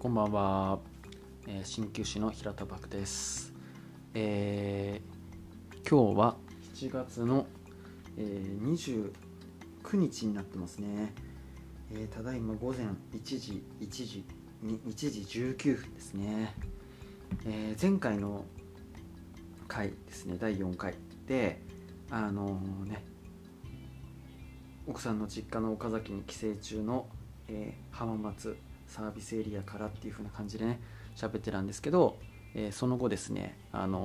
こんばんは、鍼灸師の平田漠です。今日は7月の、29日になってますね。ただいま午前1時19分ですね。前回の回ですね、第4回で奥さんの実家の岡崎に帰省中の、浜松サービスエリアからっていう風な感じでね喋ってたんですけど、その後ですね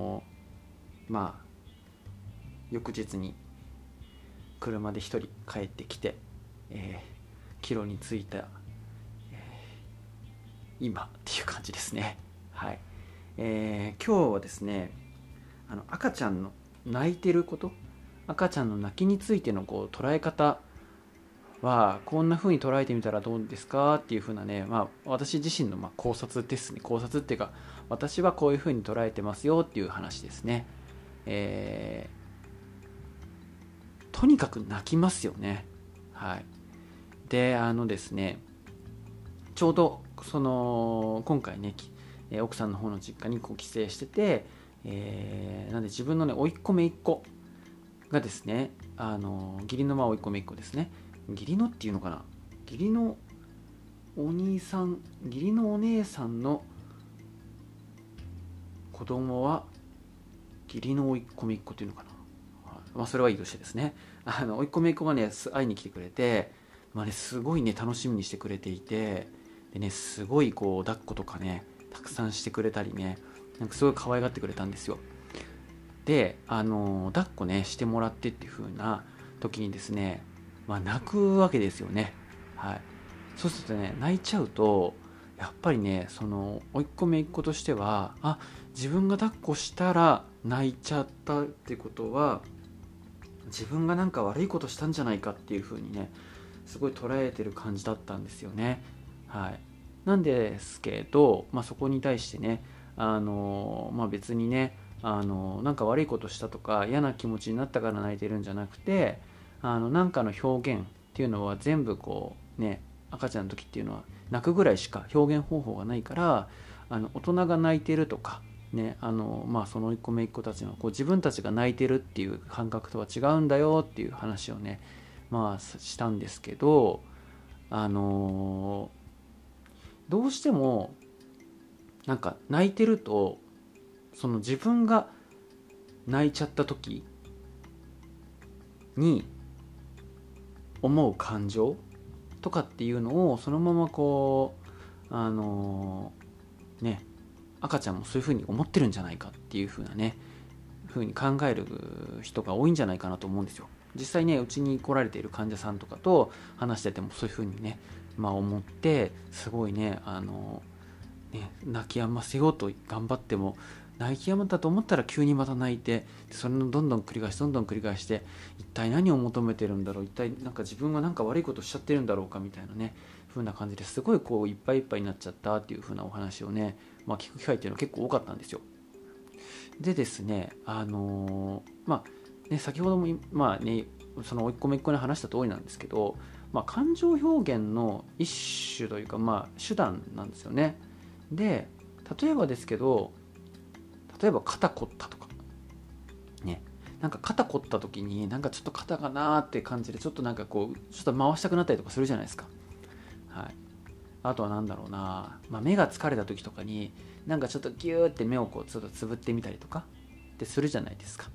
翌日に車で一人帰ってきて、帰路に着いた、今っていう感じですね。はい。今日はですね赤ちゃんの泣いてること、赤ちゃんの泣きについての捉え方はこんな風に捉えてみたらどうですかっていう風なね、私自身の考察ですね。考察っていうか、私はこういう風に捉えてますよっていう話ですね。とにかく泣きますよね。はい。でですね、ちょうど今回ね奥さんの方の実家に帰省してて、なんで自分のね甥っ子姪っ子がですね義理の甥っ子姪っ子ですね、義理のっていうのかな、義理のお兄さん、義理のお姉さんの子供は義理の甥っ子姪っ子っていうのかな、それはいいとしてですね、甥っ子姪っ子がね会いに来てくれて、すごいね楽しみにしてくれていて、でねすごい抱っことかねたくさんしてくれたりね、なんかすごい可愛がってくれたんですよ。で抱っこねしてもらってっていう風な時にですね、泣くわけですよね。はい。そうするとね泣いちゃうとやっぱりね甥っ子姪っ子としては自分が抱っこしたら泣いちゃったってことは自分がなんか悪いことしたんじゃないかっていう風にねすごい捉えてる感じだったんですよね。はい。なんですけど、そこに対してね別にねなんか悪いことしたとか嫌な気持ちになったから泣いてるんじゃなくて、なんかの表現っていうのは全部赤ちゃんの時っていうのは泣くぐらいしか表現方法がないから、大人が泣いてるとかねその甥っ子姪っ子たちの自分たちが泣いてるっていう感覚とは違うんだよっていう話をねしたんですけど、どうしてもなんか泣いてると自分が泣いちゃった時に思う感情とかっていうのをそのまま赤ちゃんもそういう風に思ってるんじゃないかっていう風に考える人が多いんじゃないかなと思うんですよ。実際ねうちに来られている患者さんとかと話しててもそういう風にね思って、すごい泣き止ませようと頑張っても泣き止まったと思ったら急にまた泣いて、それのどんどん繰り返して一体何を求めてるんだろう、一体なんか自分はなんか悪いことしちゃってるんだろうかみたいなね風な感じですごいいっぱいいっぱいになっちゃったっていう風なお話をね、聞く機会っていうのは結構多かったんですよ。でですね先ほどもその甥っ子姪っ子に話した通りなんですけど、感情表現の一種というか手段なんですよね。で例えばですけど、例えば肩凝ったとかね、なんか肩凝った時になんかちょっと肩がなーって感じでちょっとなんかちょっと回したくなったりとかするじゃないですか。はい。あとはなんだろうな、目が疲れた時とかになんかちょっとギューって目をちょっとつぶってみたりとかってするじゃないですか。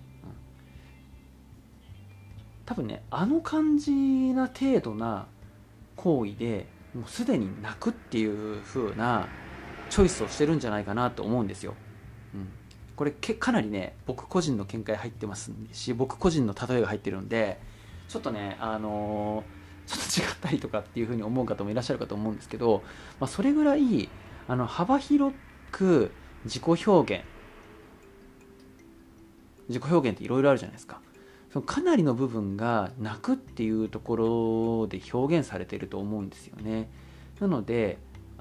多分ね感じな程度な行為でもうすでに泣くっていう風なチョイスをしてるんじゃないかなと思うんですよ。これかなりね僕個人の見解入ってますし、僕個人の例えが入ってるんでちょっとねちょっと違ったりとかっていう風に思う方もいらっしゃるかと思うんですけど、それぐらい幅広く自己表現っていろいろあるじゃないですか。そのかなりの部分が泣くっていうところで表現されていると思うんですよね。なので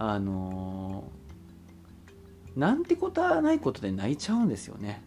なんてことはないことで泣いちゃうんですよね。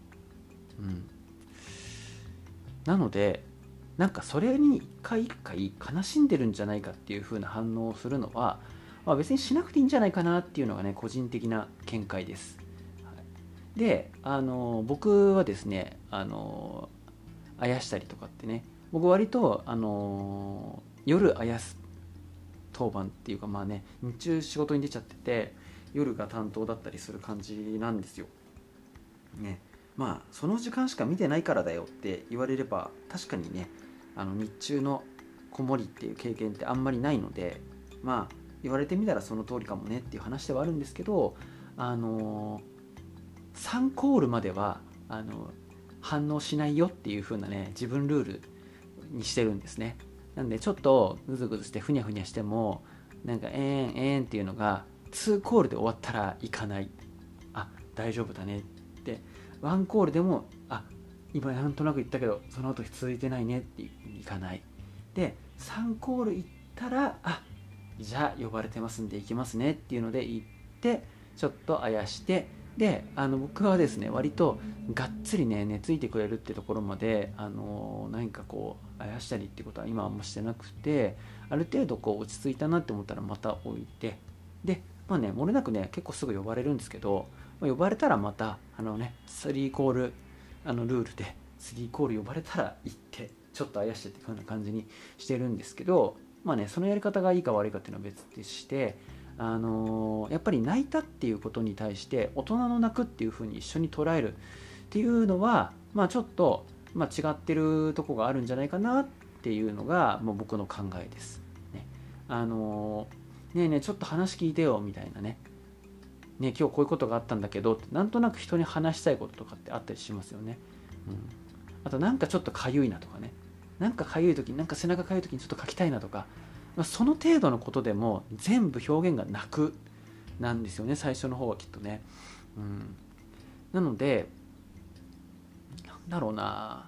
なのでなんかそれに一回一回悲しんでるんじゃないかっていう風な反応をするのはまあ、別にしなくていいんじゃないかなっていうのがね個人的な見解です。で僕はですねあやしたりとかってね、僕割と夜あやす当番っていうか、まあね、日中仕事に出ちゃってて夜が担当だったりする感じなんですよね。まあその時間しか見てないからだよって言われれば確かにね、日中の子守っていう経験ってあんまりないので、まあ言われてみたらその通りかもねっていう話ではあるんですけど、3コールまでは反応しないよっていう風なね自分ルールにしてるんですね。なんでちょっとグズグズしてふにゃふにゃしてもなんかっていうのが2コールで終わったら行かない、あ大丈夫だねって、1コールでも今なんとなく言ったけどその後続いてないねって行かない、で3コール行ったらじゃあ呼ばれてますんで行きますねっていうので行ってちょっとあやして、で僕はですね割とがっつりね寝ついてくれるってところまで何かこうあやしたりってことは今あんましてなくて、ある程度こう落ち着いたなって思ったらまた置いて、でまあね漏れなくね結構すぐ呼ばれるんですけど、呼ばれたらまた3コールルールで3コール呼ばれたら行ってちょっとあやしてっていう風な感じにしてるんですけど、まあねそのやり方がいいか悪いかっていうのは別でして、やっぱり泣いたっていうことに対して大人の泣くっていう風に一緒に捉えるっていうのは、まあ、ちょっと、違ってるとこがあるんじゃないかなっていうのがもう僕の考えです。ねねえねえちょっと話聞いてよみたいなね、ね今日こういうことがあったんだけどってなんとなく人に話したいこととかってあったりしますよね。あとなんかちょっとかゆいなとかね、なんかかゆい時になんか背中かゆい時にちょっと書きたいなとか、その程度のことでも全部表現が泣くなんですよね最初の方はきっとね。なのでなんだろうな、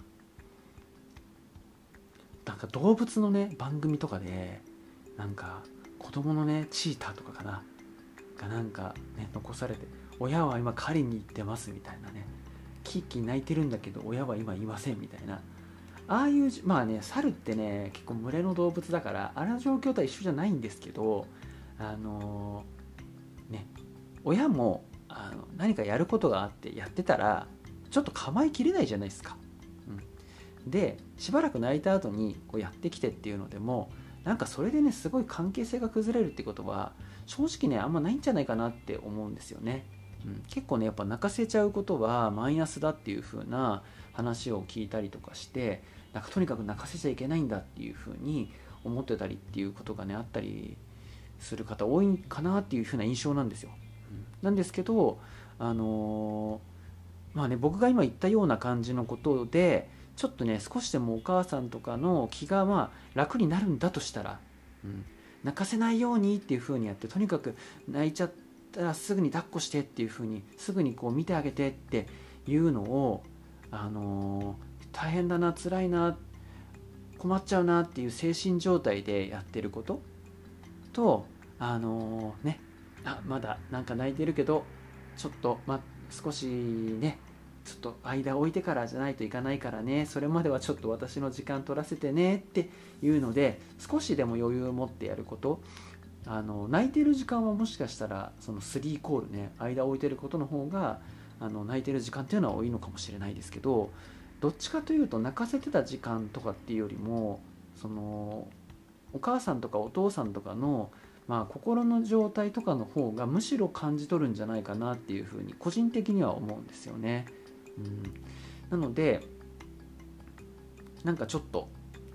なんか動物のね番組とかでなんか子供のねチーターとかかながなんかね残されて、親は今狩りに行ってますみたいなね、キッキ泣いてるんだけど親は今いませんみたいな、ああいうまあね猿ってね結構群れの動物だからあの状況とは一緒じゃないんですけど、ね親も何かやることがあってやってたらちょっと構いきれないじゃないですか。でしばらく泣いた後にこうやってきてっていうのでもなんかそれでねすごい関係性が崩れるってことは正直ねあんまないんじゃないかなって思うんですよね。結構ねやっぱ泣かせちゃうことはマイナスだっていう風な話を聞いたりとかして、なんかとにかく泣かせちゃいけないんだっていう風に思ってたりっていうことがねあったりする方多いかなっていう風な印象なんですよ。なんですけどまあね僕が今言ったような感じのことでちょっとね少しでもお母さんとかの気が楽になるんだとしたら、泣かせないようにっていう風にやって、とにかく泣いちゃったらすぐに抱っこしてっていう風にすぐにこう見てあげてっていうのを、大変だな辛いな困っちゃうなっていう精神状態でやってることと、まだなんか泣いてるけどちょっと、少しねちょっと間置いてからじゃないといかないからね、それまではちょっと私の時間取らせてねっていうので少しでも余裕を持ってやること、泣いてる時間はもしかしたらその3コールね間を置いてることの方が泣いてる時間っていうのは多いのかもしれないですけど、どっちかというと泣かせてた時間とかっていうよりもそのお母さんとかお父さんとかの心の状態とかの方がむしろ感じ取るんじゃないかなっていうふうに個人的には思うんですよね。なのでなんかちょっと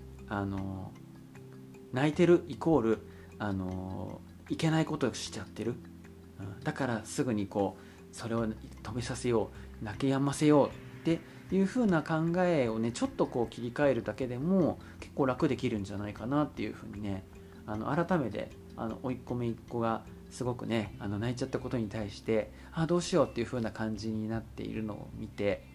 泣いてるイコールいけないことをしちゃってる、だからすぐにこうそれを止めさせよう泣き止ませようっていう風な考えをねちょっとこう切り替えるだけでも結構楽できるんじゃないかなっていう風にね改めて甥っ子姪っ子がすごくね泣いちゃったことに対してどうしようっていう風な感じになっているのを見て、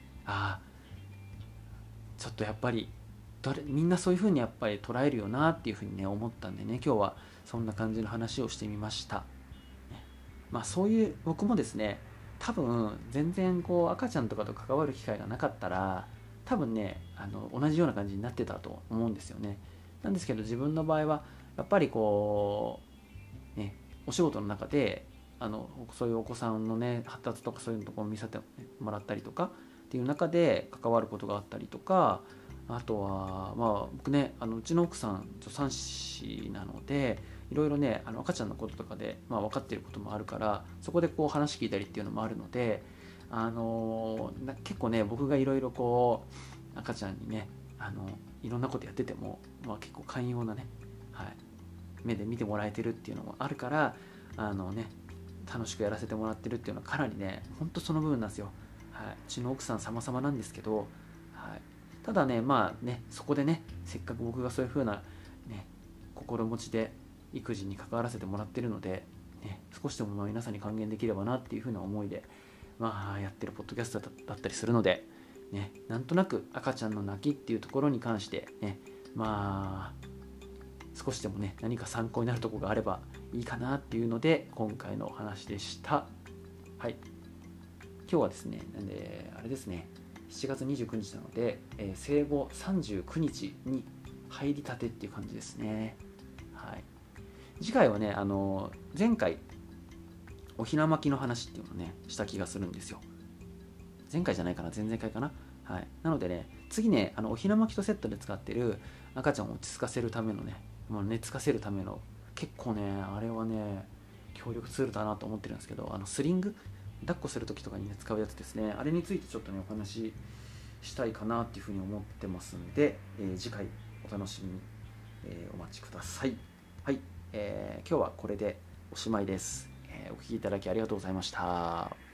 ちょっとやっぱりみんなそういう風にやっぱり捉えるよなっていう風にね思ったんでね今日はそんな感じの話をしてみました。そういう僕もですね多分全然こう赤ちゃんとかと関わる機会がなかったら多分ね同じような感じになってたと思うんですよね。なんですけど自分の場合はやっぱりこうねお仕事の中でそういうお子さんのね発達とかそういうところを見せてもらったりとかっていう中で関わることがあったりとか、あとは僕ねうちの奥さん助産師なのでいろいろね赤ちゃんのこととかで、分かっていることもあるから、そこでこう話聞いたりっていうのもあるので、結構ね僕がいろいろこう赤ちゃんにねいろんなことやってても、結構寛容なね、目で見てもらえてるっていうのもあるから楽しくやらせてもらってるっていうのはかなりね本当その部分なんですよ。うちの奥さん様々なんですけど、ただねそこでねせっかく僕がそういう風なね心持ちで育児に関わらせてもらってるので、少しでも皆さんに還元できればなっていう風な思いでやってるポッドキャストだったりするので、なんとなく赤ちゃんの泣きっていうところに関して少しでもね何か参考になるところがあればいいかなっていうので今回のお話でした。今日はですねなんであれですね7月29日なので、生後39日に入りたてっていう感じですね。次回はね前回おひな巻きの話っていうのをねした気がするんですよ。前回じゃないかな、前々回かな。なのでね次ねおひな巻きとセットで使ってる赤ちゃんを落ち着かせるためのね寝つかせるための結構ねあれはね強力ツールだなと思ってるんですけど、スリング抱っこする時とかに、使うやつですね。あれについてちょっとねお話ししたいかなっていうふうに思ってますんで、次回お楽しみに、お待ちください。今日はこれでおしまいです。お聞きいただきありがとうございました。